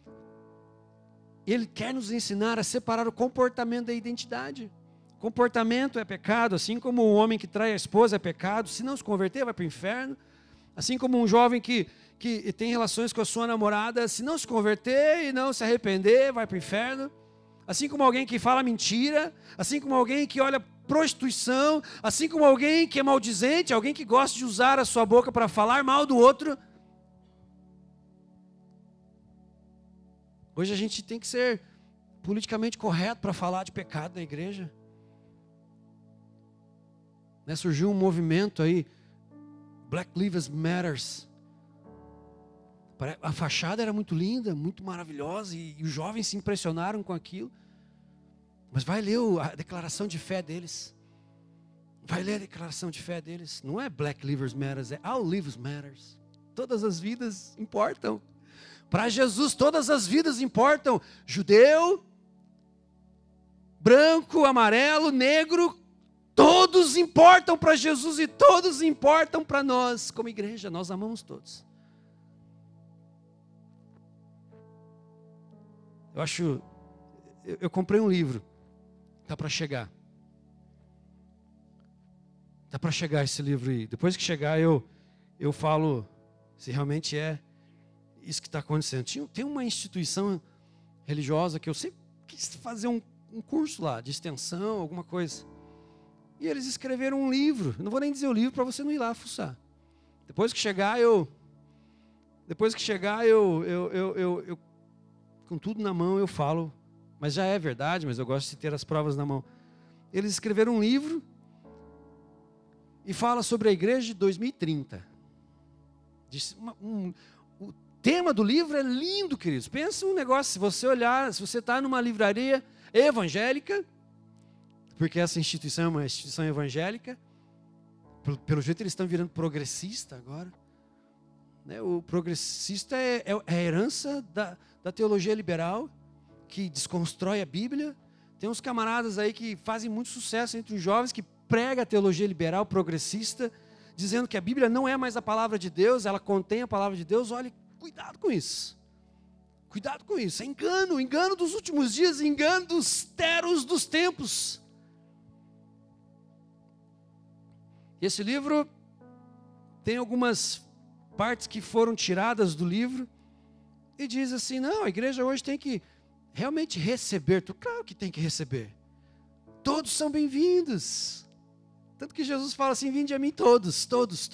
Ele quer nos ensinar a separar o comportamento da identidade. Comportamento é pecado, assim como o homem que trai a esposa é pecado. Se não se converter, vai para o inferno. Assim como um jovem que tem relações com a sua namorada, se não se converter e não se arrepender, vai para o inferno. Assim como alguém que fala mentira, assim como alguém que olha prostituição, assim como alguém que é maldizente, alguém que gosta de usar a sua boca para falar mal do outro. Hoje a gente tem que ser politicamente correto para falar de pecado na igreja. Né? Surgiu um movimento aí, Black Lives Matters. A fachada era muito linda, muito maravilhosa, e os jovens se impressionaram com aquilo. Mas vai ler a declaração de fé deles. Vai ler a declaração de fé deles. Não é Black Lives Matters, é All Lives Matters. Todas as vidas importam. Para Jesus, todas as vidas importam. Judeu, branco, amarelo, negro, todos importam para Jesus e todos importam para nós. Como igreja, nós amamos todos. Eu comprei um livro. Está para chegar. Está para chegar esse livro aí. Depois que chegar, eu falo se realmente é isso que está acontecendo. Tem uma instituição religiosa que eu sempre quis fazer um curso lá, de extensão, alguma coisa. E eles escreveram um livro. Eu não vou nem dizer o livro para você não ir lá fuçar. Depois que chegar, com tudo na mão eu falo, mas já é verdade, mas eu gosto de ter as provas na mão. Eles escreveram um livro e fala sobre a igreja de 2030. O tema do livro é lindo, queridos. Pensa um negócio, se você olhar, se você está numa livraria evangélica, porque essa instituição é uma instituição evangélica, pelo jeito eles estão virando progressista agora. Né? O progressista é a herança da teologia liberal, que desconstrói a Bíblia. Tem uns camaradas aí que fazem muito sucesso entre os jovens, que prega a teologia liberal progressista, dizendo que a Bíblia não é mais a palavra de Deus, ela contém a palavra de Deus. Olha, cuidado com isso. Cuidado com isso. É engano dos últimos dias, engano dos teros dos tempos. Esse livro tem algumas partes que foram tiradas do livro e diz assim, não, a igreja hoje tem que realmente receber. Claro que tem que receber. Todos são bem-vindos. Tanto que Jesus fala assim, vinde a mim todos,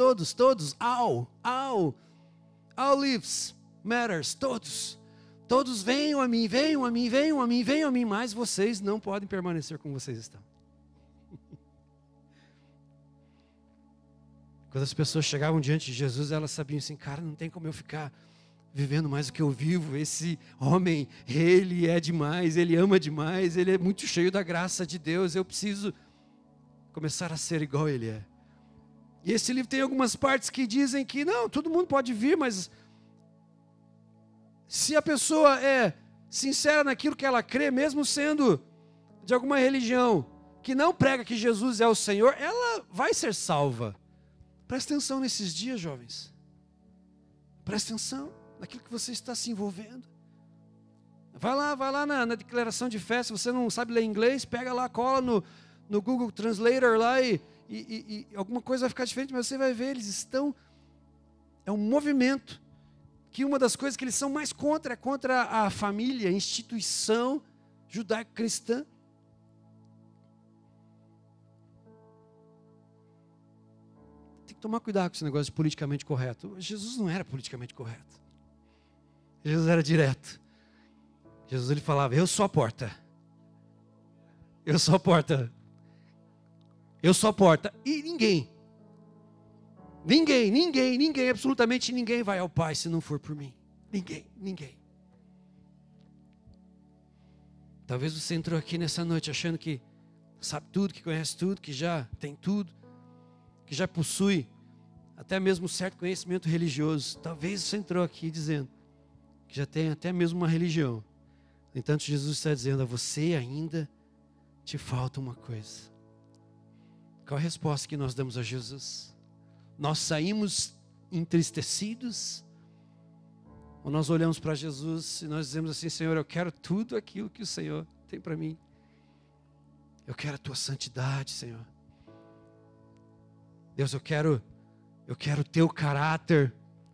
all lives matters, todos venham a mim, mas vocês não podem permanecer como vocês estão. Quando as pessoas chegavam diante de Jesus, elas sabiam assim, cara, não tem como eu ficar vivendo mais o que eu vivo. Esse homem, ele é demais, ele ama demais, ele é muito cheio da graça de Deus. Eu preciso começar a ser igual ele é. E esse livro tem algumas partes que dizem que não, todo mundo pode vir, mas se a pessoa é sincera naquilo que ela crê, mesmo sendo de alguma religião que não prega que Jesus é o Senhor, ela vai ser salva. Presta atenção nesses dias, jovens. Presta atenção naquilo que você está se envolvendo. Vai lá na declaração de fé. Se você não sabe ler inglês, pega lá, cola no Google Translator lá e alguma coisa vai ficar diferente, mas você vai ver, eles estão... É um movimento que uma das coisas que eles são mais contra é contra a família, a instituição judaico-cristã. Tomar cuidado com esse negócio de politicamente correto. Jesus não era politicamente correto. Jesus era direto. Jesus ele falava, eu sou a porta. Eu sou a porta. Eu sou a porta. E ninguém, absolutamente ninguém vai ao Pai se não for por mim. Ninguém. Talvez você entrou aqui nessa noite achando que sabe tudo, que conhece tudo, que já tem tudo, que já possui até mesmo certo conhecimento religioso. Talvez você entrou aqui dizendo que já tem até mesmo uma religião. No entanto, Jesus está dizendo a você ainda te falta uma coisa. Qual a resposta que nós damos a Jesus? nós saímos entristecidos, ou nós olhamos para Jesus e nós dizemos assim: Senhor, eu quero tudo aquilo que o Senhor tem para mim. Eu quero a tua santidade, Senhor. Deus, eu quero o teu caráter.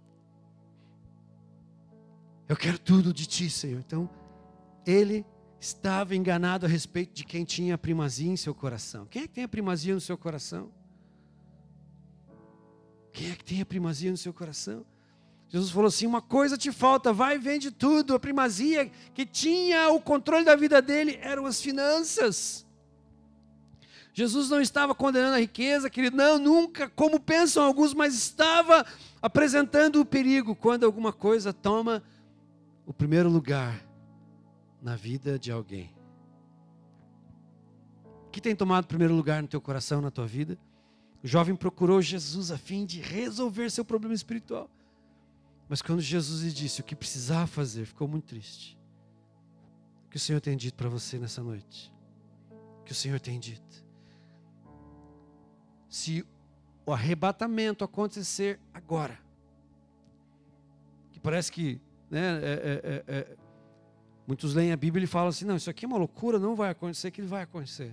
Eu quero tudo de ti, Senhor. Então, ele estava enganado a respeito de quem tinha a primazia em seu coração. Quem é que tem a primazia no seu coração? Quem é que tem a primazia no seu coração? Jesus falou assim: uma coisa te falta, vai e vende tudo. A primazia que tinha o controle da vida dele eram as finanças. Jesus não estava condenando a riqueza, querido, não, nunca, como pensam alguns, mas estava apresentando o perigo quando alguma coisa toma o primeiro lugar na vida de alguém. O que tem tomado o primeiro lugar no teu coração, na tua vida? O jovem procurou Jesus a fim de resolver seu problema espiritual. Mas quando Jesus lhe disse o que precisava fazer, ficou muito triste. O que o Senhor tem dito para você nessa noite? O que o Senhor tem dito? Se o arrebatamento acontecer agora, que parece que, muitos leem a Bíblia e falam assim: não, isso aqui é uma loucura, não vai acontecer. Que vai acontecer.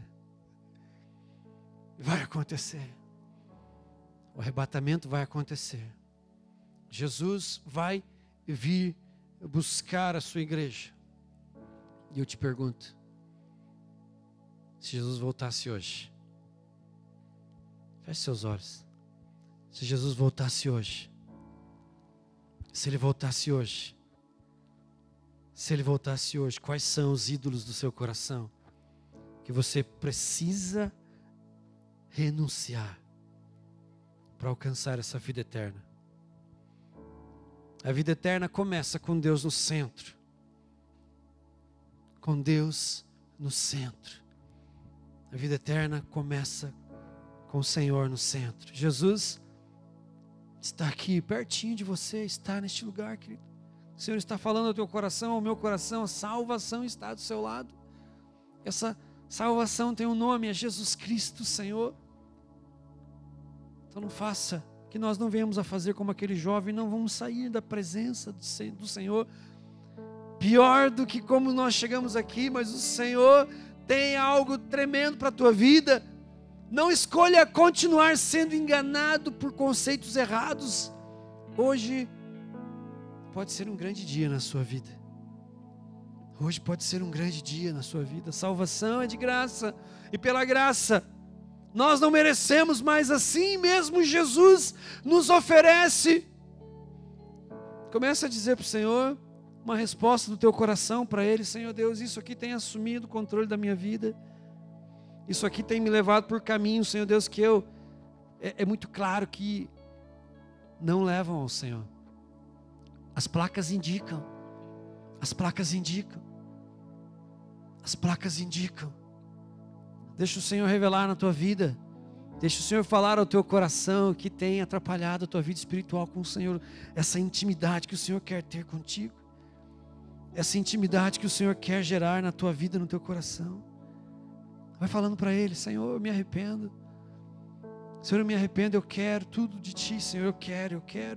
Vai acontecer. O arrebatamento vai acontecer. Jesus vai vir buscar a sua igreja. E eu te pergunto, se Jesus voltasse hoje, feche seus olhos. Se Jesus voltasse hoje, se Ele voltasse hoje, quais são os ídolos do seu coração que você precisa renunciar para alcançar essa vida eterna? A vida eterna começa com Deus no centro. Com Deus no centro. A vida eterna começa com o Senhor no centro. Jesus está aqui, pertinho de você, está neste lugar, querido. O Senhor está falando ao teu coração, ao meu coração, a salvação está do seu lado. Essa salvação tem um nome, é Jesus Cristo, Senhor. Então não faça que nós não venhamos a fazer como aquele jovem, não vamos sair da presença do Senhor. Pior do que como nós chegamos aqui, mas o Senhor tem algo tremendo para a tua vida. Não escolha continuar sendo enganado por conceitos errados. Hoje pode ser um grande dia na sua vida. Hoje pode ser um grande dia na sua vida. Salvação é de graça, e pela graça nós não merecemos, mas assim mesmo Jesus nos oferece. Começa a dizer para o Senhor uma resposta do teu coração para Ele: Senhor Deus, isso aqui tem assumido o controle da minha vida. Isso aqui tem me levado por caminhos, Senhor Deus, que é muito claro que não levam ao Senhor. As placas indicam. As placas indicam. As placas indicam. Deixa o Senhor revelar na tua vida. Deixa o Senhor falar ao teu coração o que tem atrapalhado a tua vida espiritual com o Senhor. Essa intimidade que o Senhor quer ter contigo. Essa intimidade que o Senhor quer gerar na tua vida, no teu coração. Vai falando para Ele: Senhor, eu me arrependo. Senhor, eu me arrependo, eu quero tudo de Ti, Senhor. Eu quero.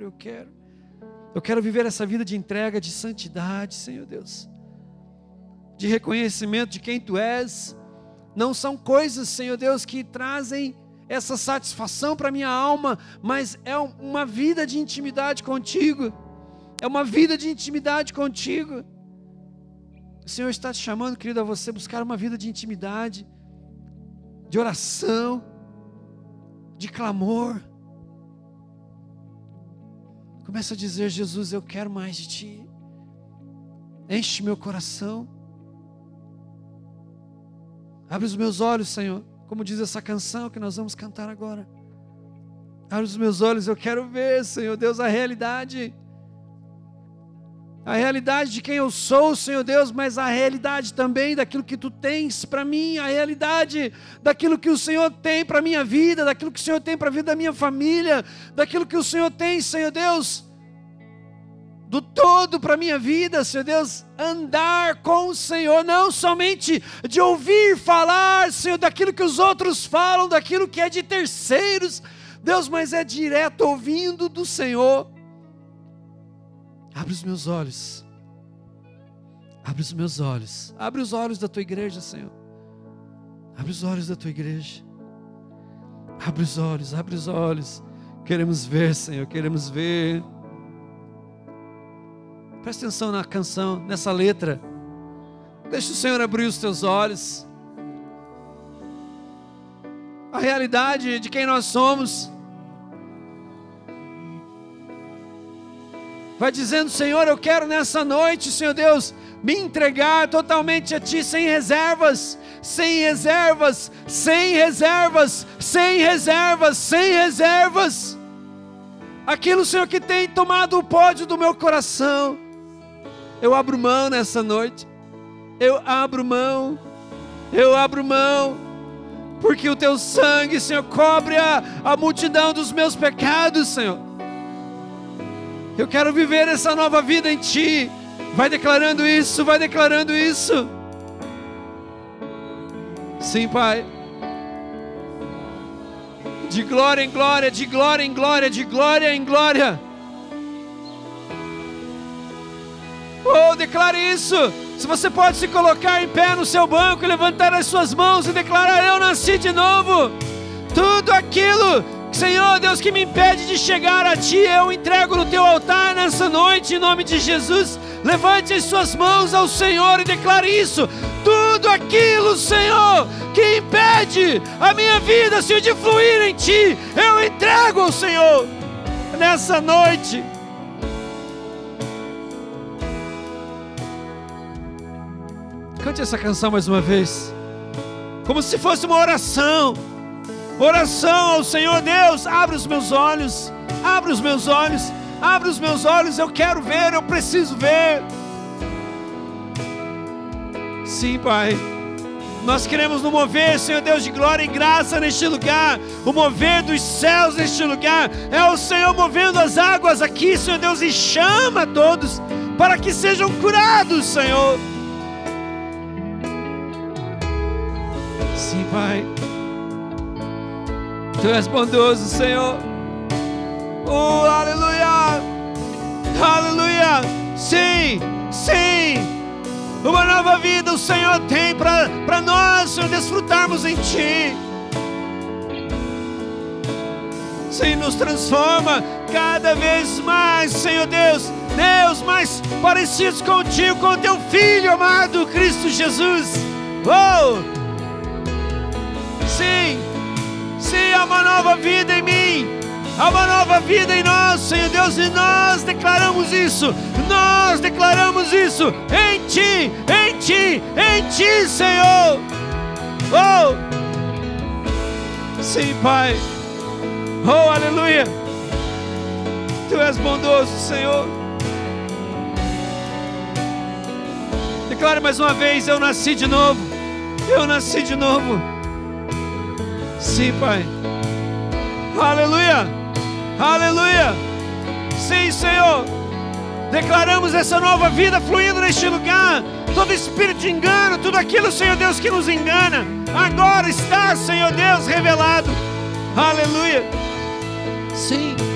Eu quero viver essa vida de entrega, de santidade, Senhor Deus. De reconhecimento de quem Tu és. Não são coisas, Senhor Deus, que trazem essa satisfação para a minha alma, mas é uma vida de intimidade contigo. É uma vida de intimidade contigo. O Senhor está te chamando, querido, a você buscar uma vida de intimidade, de oração, de clamor. Começa a dizer: Jesus, eu quero mais de Ti. Enche meu coração. Abre os meus olhos, Senhor, como diz essa canção que nós vamos cantar agora. Abre os meus olhos, eu quero ver, Senhor Deus, a realidade de quem eu sou, Senhor Deus, mas a realidade também daquilo que Tu tens para mim, a realidade daquilo que o Senhor tem para a minha vida, daquilo que o Senhor tem para a vida da minha família, daquilo que o Senhor tem, Senhor Deus, do todo para a minha vida, Senhor Deus, andar com o Senhor, não somente de ouvir falar, Senhor, daquilo que os outros falam, daquilo que é de terceiros, Deus, mas é direto ouvindo do Senhor. Abre os meus olhos. Abre os meus olhos. Abre os olhos da tua igreja, Senhor. Abre os olhos da tua igreja. Abre os olhos, abre os olhos. Queremos ver, Senhor, queremos ver. Presta atenção na canção, nessa letra. Deixa o Senhor abrir os teus olhos. A realidade de quem nós somos. Vai dizendo, Senhor, eu quero nessa noite, Senhor Deus, me entregar totalmente a Ti, sem reservas, sem reservas, sem reservas, sem reservas, sem reservas. Aquilo, Senhor, que tem tomado o pódio do meu coração, eu abro mão nessa noite. Eu abro mão, porque o Teu sangue, Senhor, cobre a multidão dos meus pecados, Senhor. Eu quero viver essa nova vida em Ti. Vai declarando isso, vai declarando isso. Sim, Pai. De glória em glória, de glória em glória, de glória em glória. Oh, declare isso. Se você pode se colocar em pé no seu banco e levantar as suas mãos e declarar: eu nasci de novo. Tudo aquilo, Senhor Deus, que me impede de chegar a Ti, eu entrego no Teu altar nessa noite, em nome de Jesus. Levante as suas mãos ao Senhor e declare isso. Tudo aquilo, Senhor, que impede a minha vida, Senhor, de fluir em Ti, eu entrego ao Senhor nessa noite. Cante essa canção mais uma vez, como se fosse uma oração. Oração ao Senhor. Deus, abre os meus olhos, abre os meus olhos, abre os meus olhos, eu quero ver, eu preciso ver. Sim, Pai, nós queremos nos mover, Senhor Deus, de glória e graça neste lugar, o mover dos céus neste lugar, é o Senhor movendo as águas aqui, Senhor Deus, e chama a todos para que sejam curados, Senhor. Sim, Pai, Tu és bondoso, Senhor. Oh, aleluia, aleluia. Sim, sim, uma nova vida o Senhor tem para nós, Senhor, desfrutarmos em Ti. Sim, nos transforma cada vez mais, Senhor Deus, Deus, mais parecidos contigo, com o Teu Filho amado, Cristo Jesus. Oh! Sim, sim, há uma nova vida em mim, há uma nova vida em nós, Senhor Deus, e nós declaramos isso em Ti, em Ti, em Ti, Senhor. Oh, sim, Pai, oh, aleluia, Tu és bondoso, Senhor. Declare mais uma vez: eu nasci de novo, eu nasci de novo. Sim, Pai. Aleluia. Aleluia. Sim, Senhor. Declaramos essa nova vida fluindo neste lugar. Todo espírito de engano, tudo aquilo, Senhor Deus, que nos engana, agora está, Senhor Deus, revelado. Aleluia. Sim.